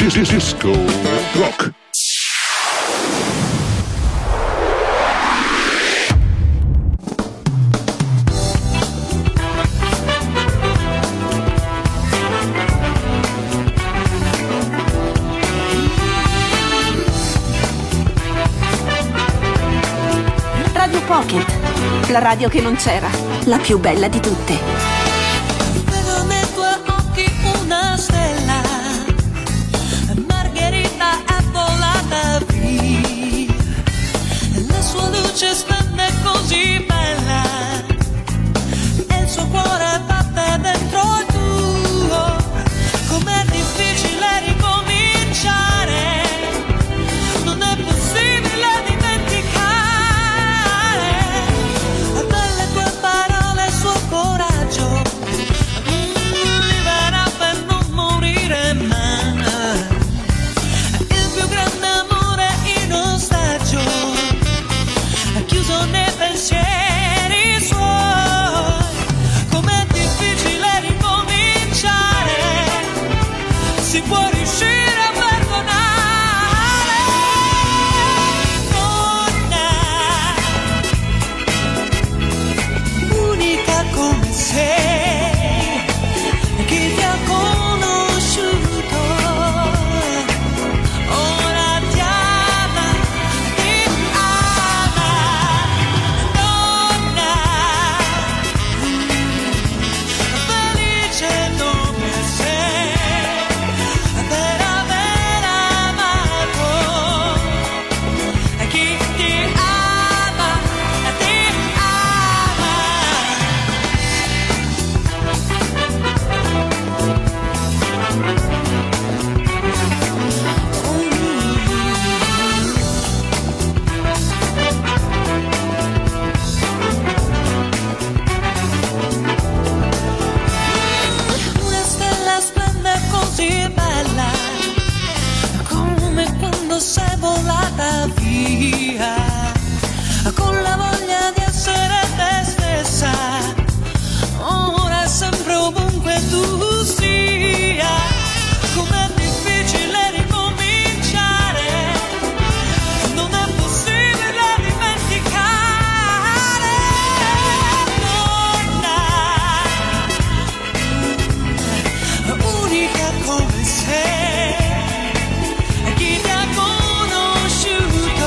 Disco Rock. Radio Pocket, la radio che non c'era, la più bella di tutte. Vedo nei tuoi occhi una stella, Margherita è volata via, la sua luce splende così bella, e il suo cuore batte dentro il tuo, com'è difficile ricominciare, non è possibile dimenticare. Belle tue parole, il suo coraggio, viverà per non morire mai. Il più grande amore in ostaggio, chiuso nei pensieri suoi. Com'è difficile ricominciare, si può riuscire a perdonare. Unica come sei, chi ti ha conosciuto ora ti ama, donna, felice dove sei per aver amato chi ti ama, ti ama. Una stella splende così bella, come quando sei volata via, con la voglia di essere te stessa, ora è sempre ovunque tu sia. Com'è difficile ricominciare, non è possibile dimenticare. Donna, unica come sei, chi ti ha conosciuto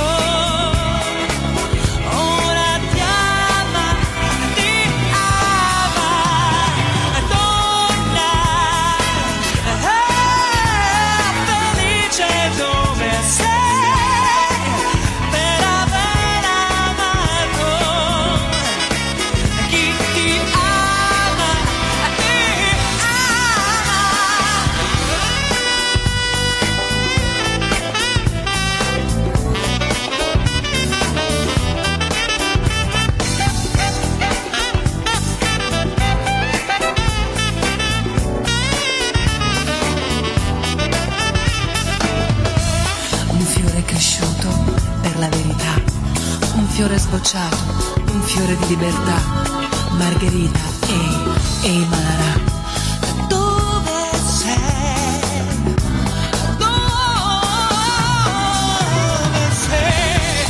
ora ti ama, donna, felice dove sei per aver amato chi ti ama, Un fiore cresciuto per la verità, un fiore sbocciato, un fiore di libertà. Margherita, ehi Mara. dove sei, dove sei.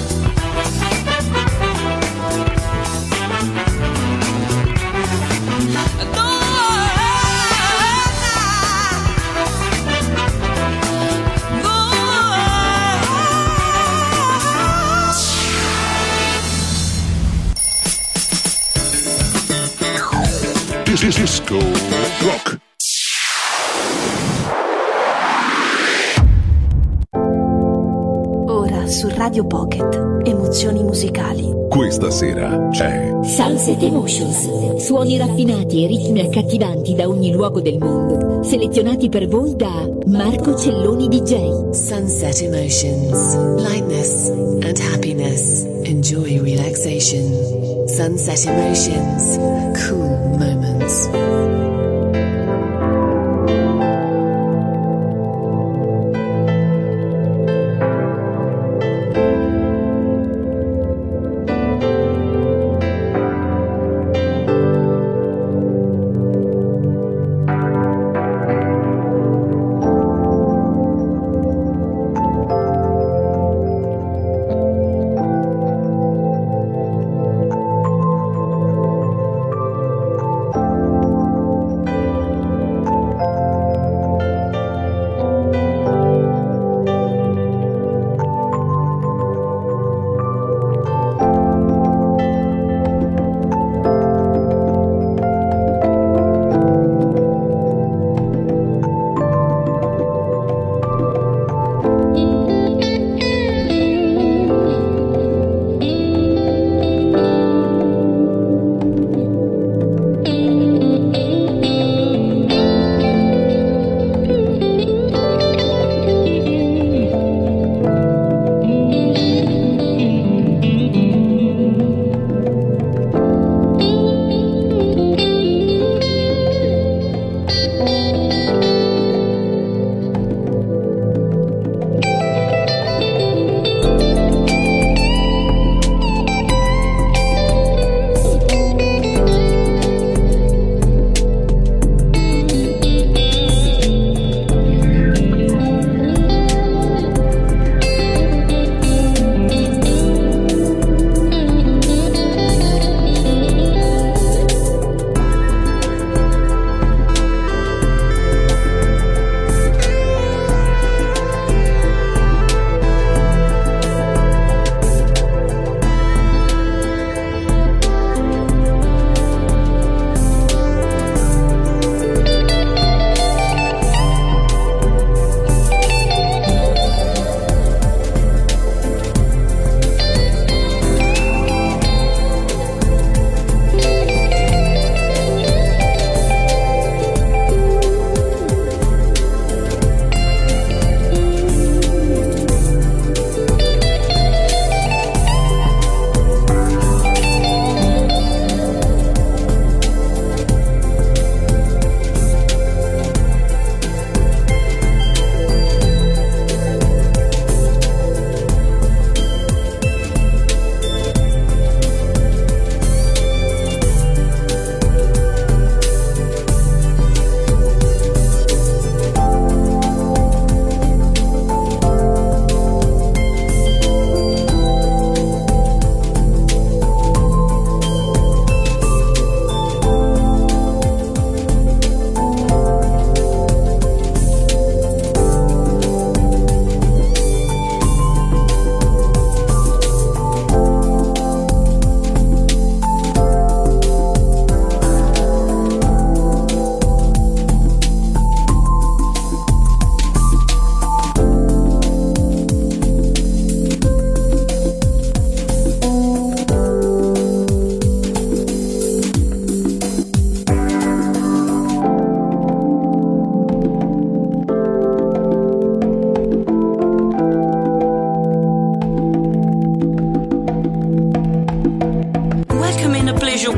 Disco Rock. Ora su Radio Pocket, emozioni musicali. Questa sera c'è Sunset Emotions, suoni raffinati e ritmi accattivanti da ogni luogo del mondo, selezionati per voi da Marco Celloni DJ. Sunset Emotions, lightness and happiness. Enjoy relaxation. Sunset Emotions, cool moments.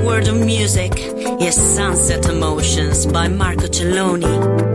world of music is Sunset Emotions by Marco Celloni.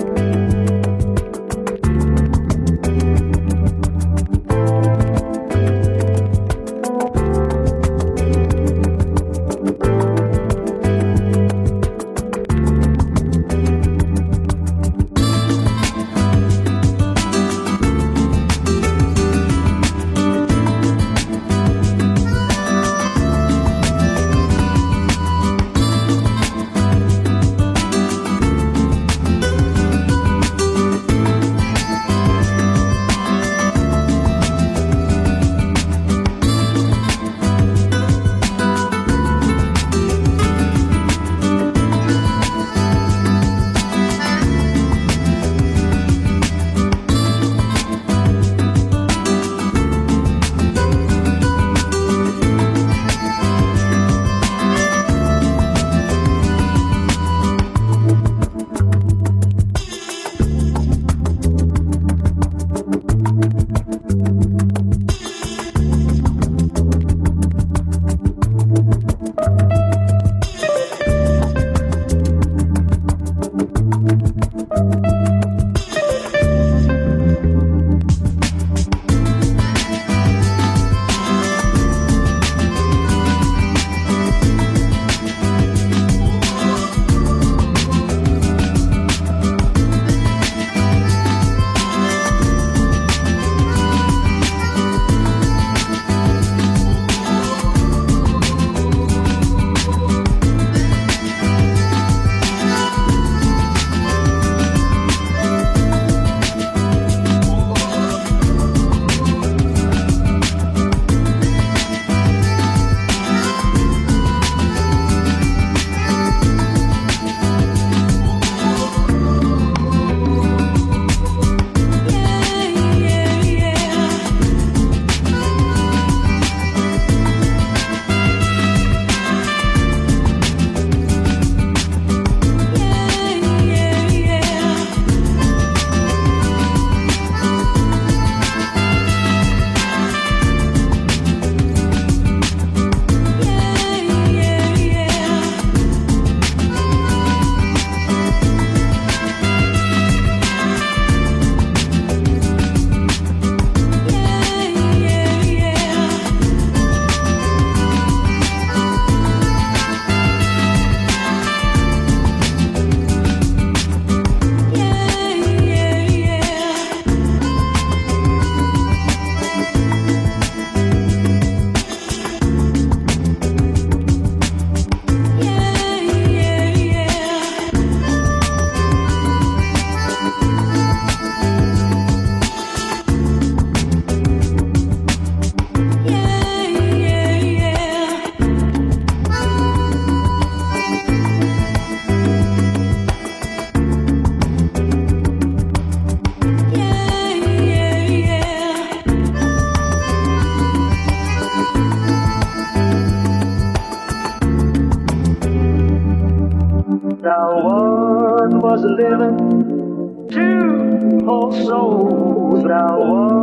living, two whole souls. Now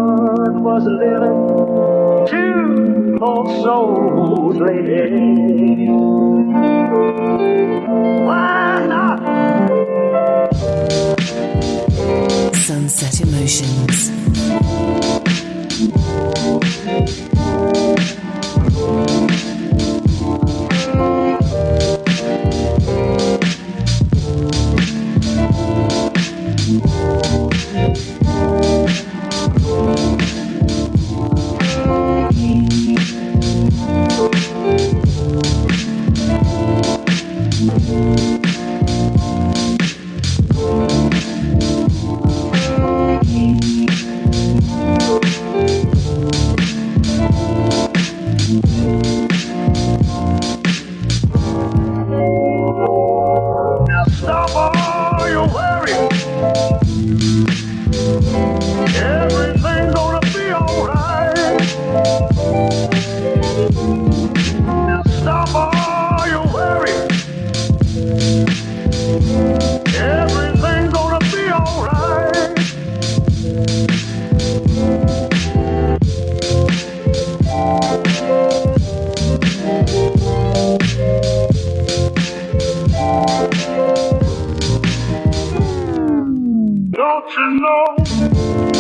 one was living, two whole souls, lady. Why not? Sunset Emotions. you know.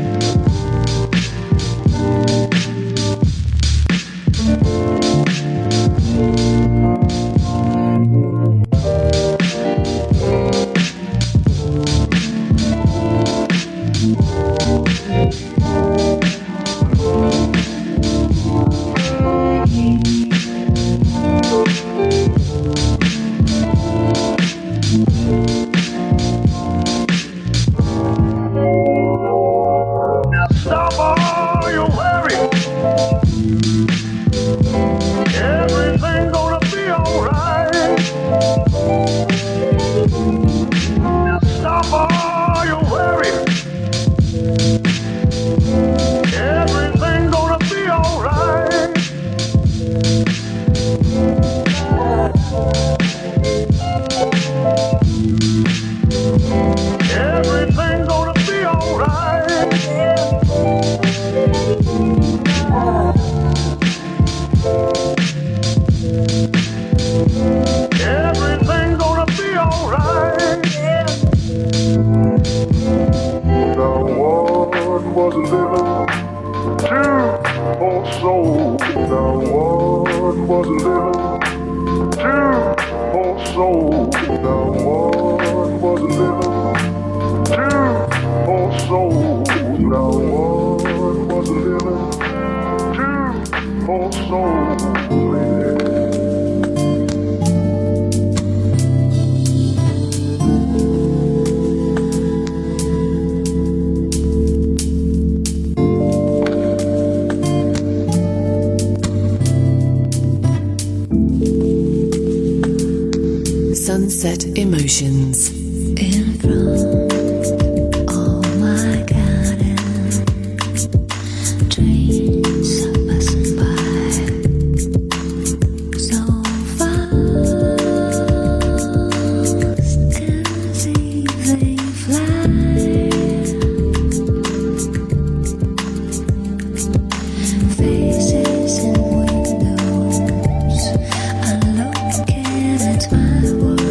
Sunset Emotions. In front of my garden, trains are passing by so fast, can see they fly. Faces in windows are looking at my world.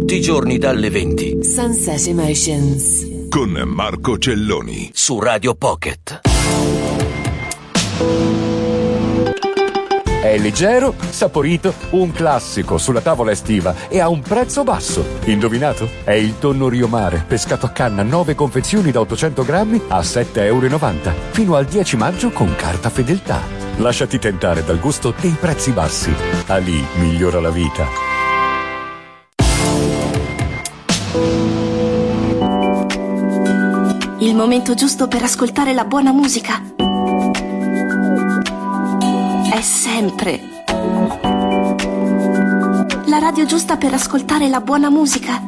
tutti i giorni dalle 20. Sunset Emotions. Con Marco Celloni. Su Radio Pocket. È leggero, saporito, un classico sulla tavola estiva e a un prezzo basso. Indovinato? È il tonno Rio Mare, pescato a canna, 9 confezioni da 800 grammi a €7,90. Fino al 10 maggio con carta fedeltà. Lasciati tentare dal gusto dei prezzi bassi. Ali migliora la vita. Il momento giusto per ascoltare la buona musica è sempre la radio giusta per ascoltare la buona musica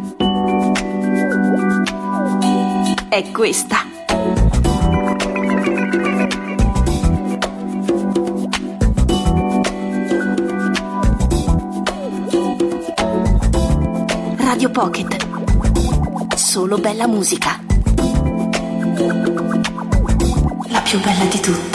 è questa. Radio Pocket. Solo bella musica. La più bella di tutte.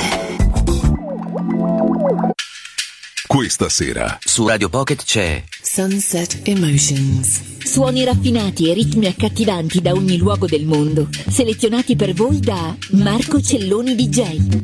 Questa sera su Radio Pocket c'è Sunset Emotions. Suoni raffinati e ritmi accattivanti da ogni luogo del mondo, selezionati per voi da Marco Celloni DJ.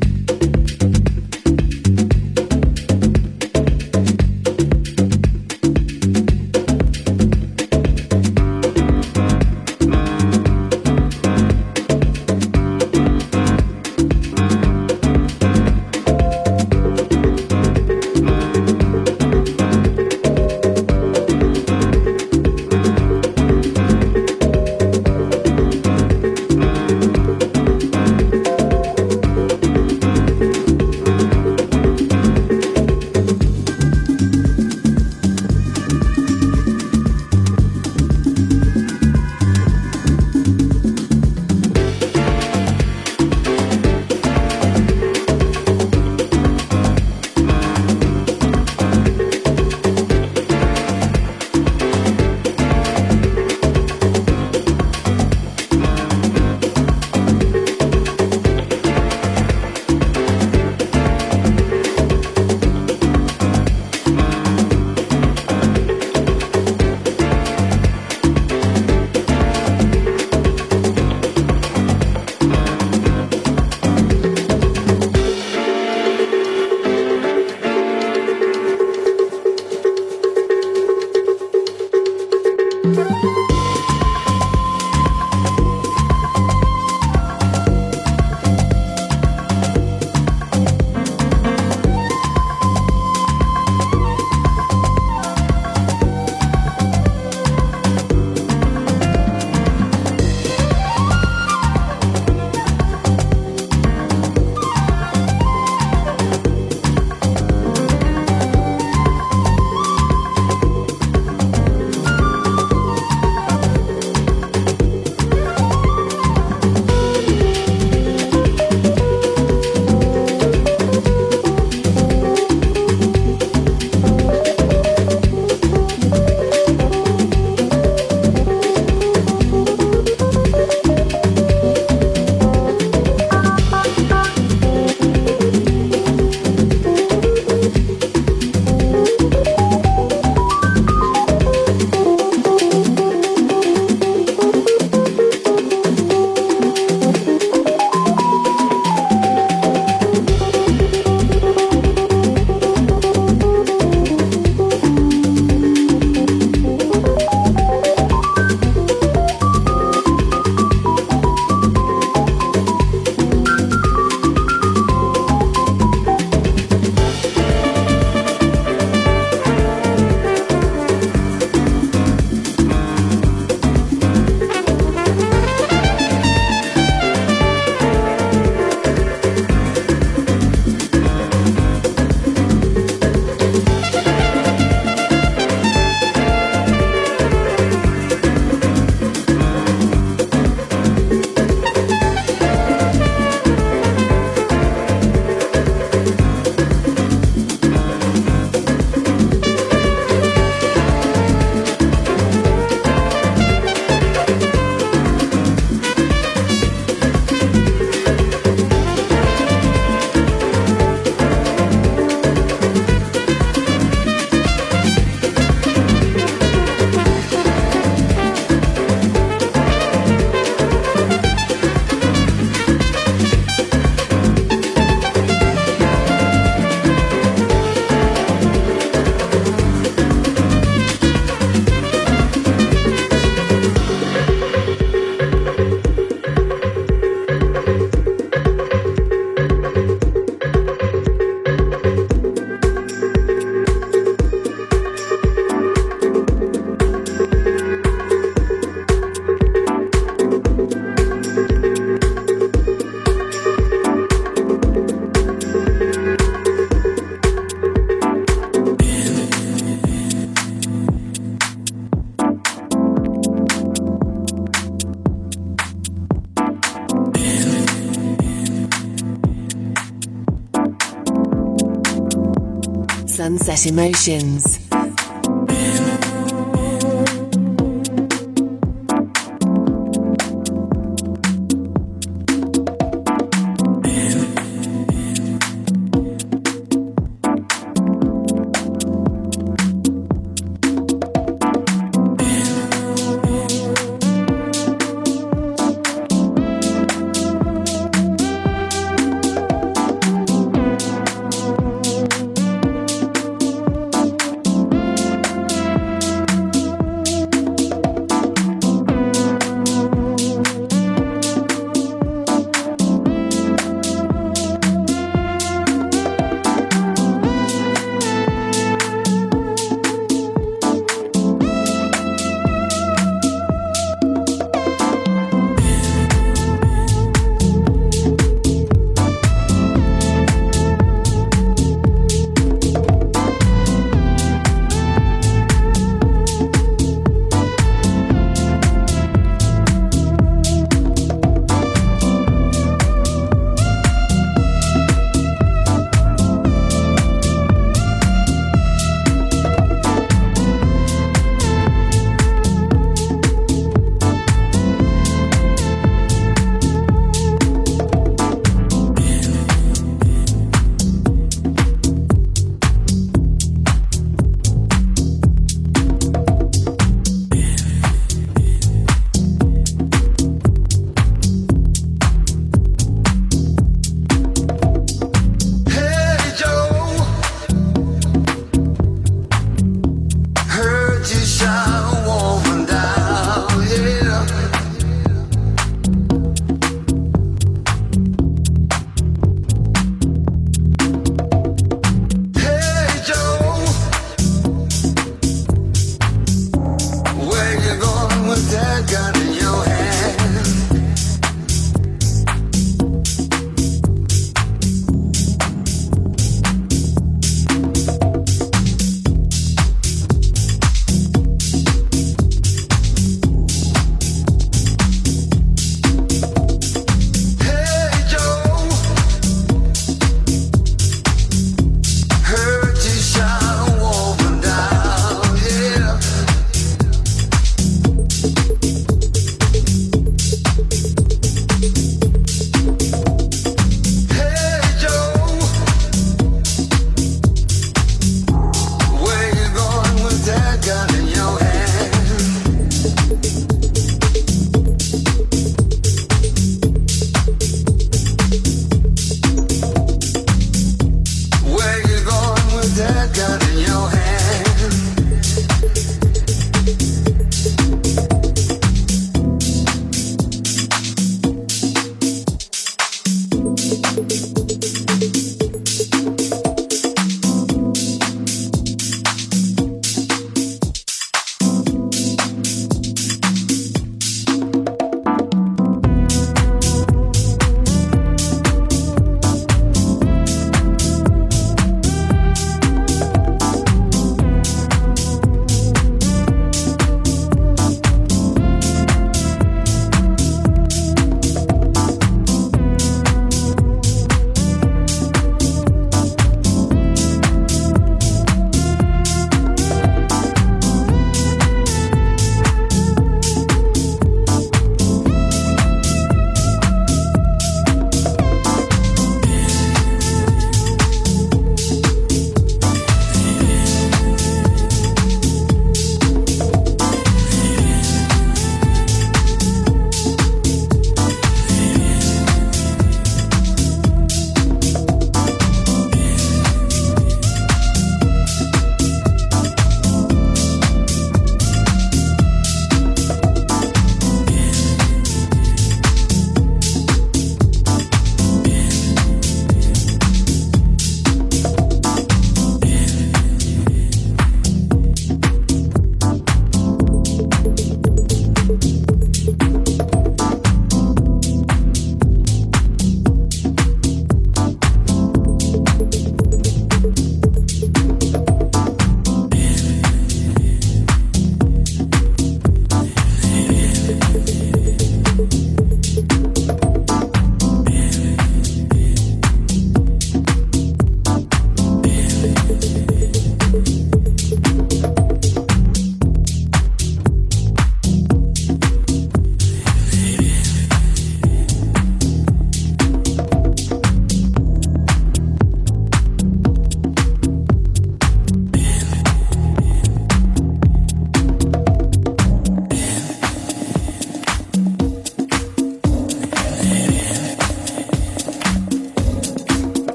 Sunset Emotions.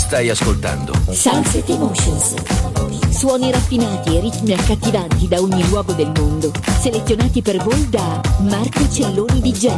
Stai ascoltando Sunset Emotions. Suoni raffinati e ritmi accattivanti da ogni luogo del mondo, selezionati per voi da Marco Celloni DJ.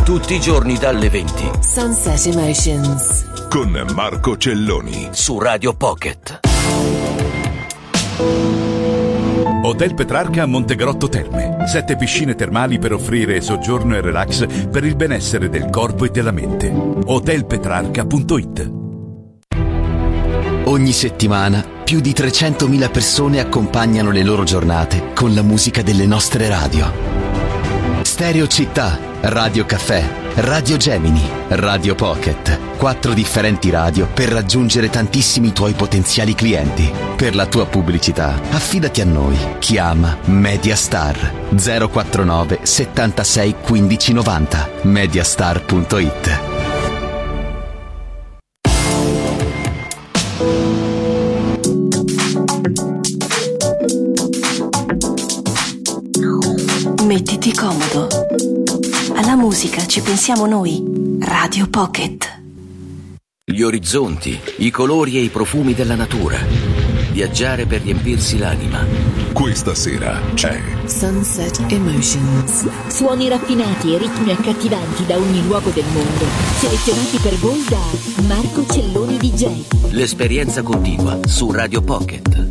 Tutti i giorni dalle 20. Sunset Emotions. Con Marco Celloni. Su Radio Pocket. Hotel Petrarca a Montegrotto Terme. 7 piscine termali per offrire soggiorno e relax per il benessere del corpo e della mente. Hotelpetrarca.it. Ogni settimana più di 300.000 persone accompagnano le loro giornate con la musica delle nostre radio. Stereo Città, Radio Caffè, Radio Gemini, Radio Pocket. 4 differenti radio per raggiungere tantissimi tuoi potenziali clienti. Per la tua pubblicità, affidati a noi. Chiama Mediastar 049 76 15 90. Mediastar.it. Mettiti comodo. Alla musica ci pensiamo noi. Radio Pocket. Gli orizzonti, i colori e i profumi della natura. Viaggiare per riempirsi l'anima. Questa sera c'è Sunset Emotions. Suoni raffinati e ritmi accattivanti da ogni luogo del mondo, selezionati per voi da Marco Celloni DJ. L'esperienza continua su Radio Pocket.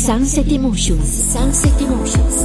Sunset Emotions. Sunset Emotions.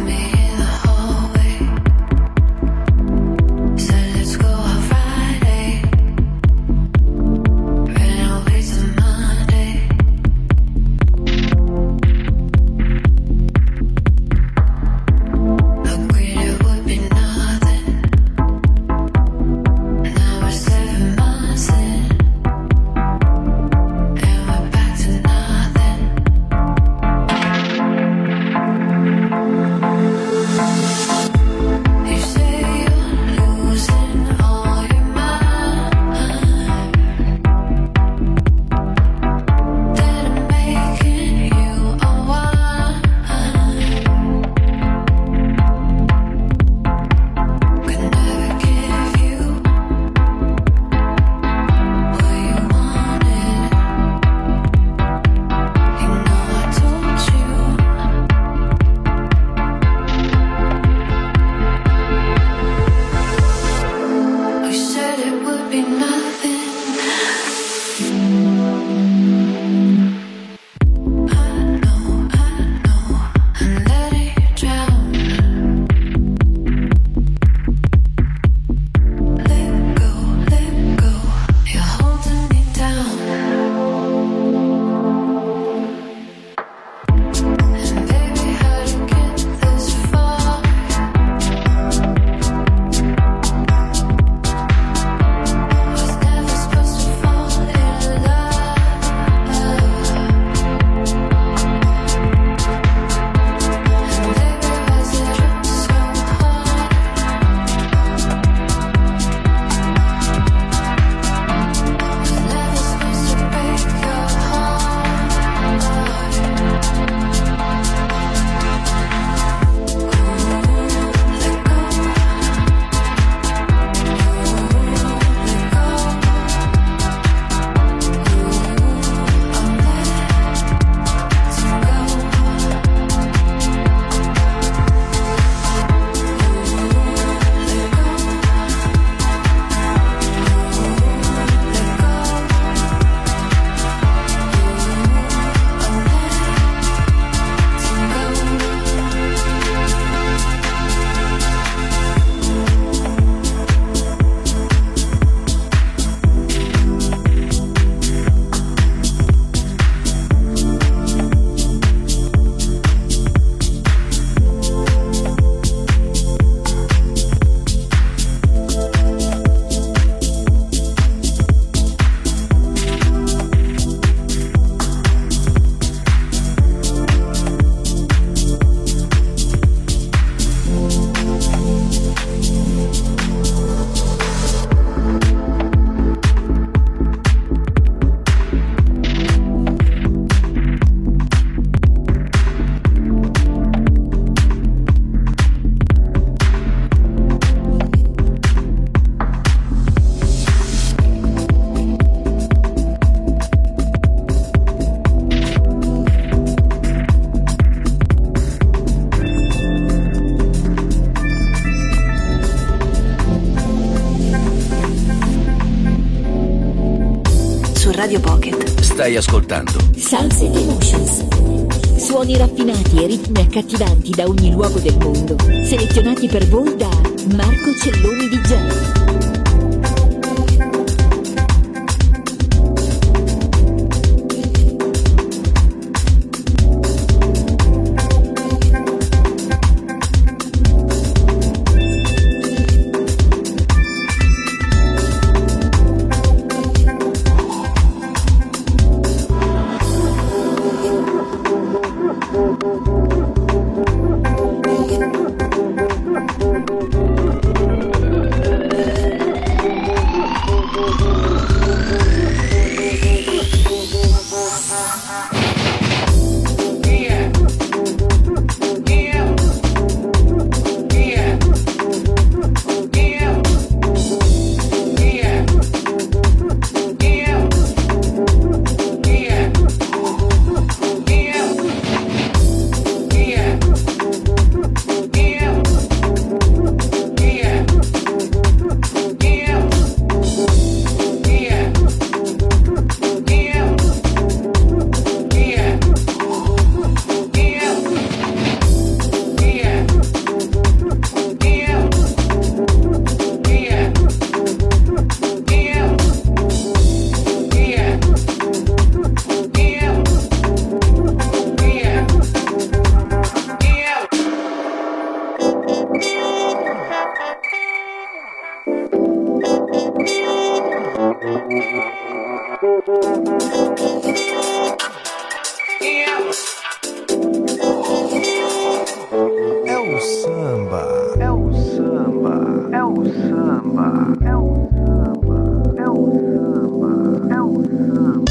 Radio Pocket. Stai ascoltando Sunset Emotions. Suoni raffinati e ritmi accattivanti da ogni luogo del mondo, selezionati per voi da Marco Celloni DJ. É o samba, é o samba, é o samba, é o samba, é o samba, é o samba.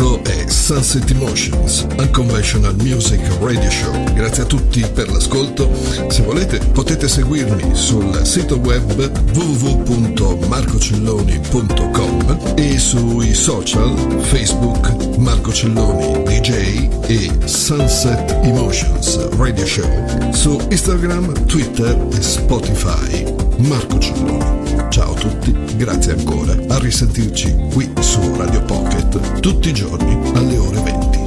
Questo è Sunset Emotions, Unconventional Music Radio Show. Grazie a tutti per l'ascolto. Se volete potete seguirmi sul sito web www.marcocelloni.com e sui social Facebook Marco Celloni DJ e Sunset Emotions Radio Show, su Instagram, Twitter e Spotify Marco Celloni. Ciao a tutti, grazie ancora, a risentirci qui su Radio Pocket tutti i giorni alle ore 20.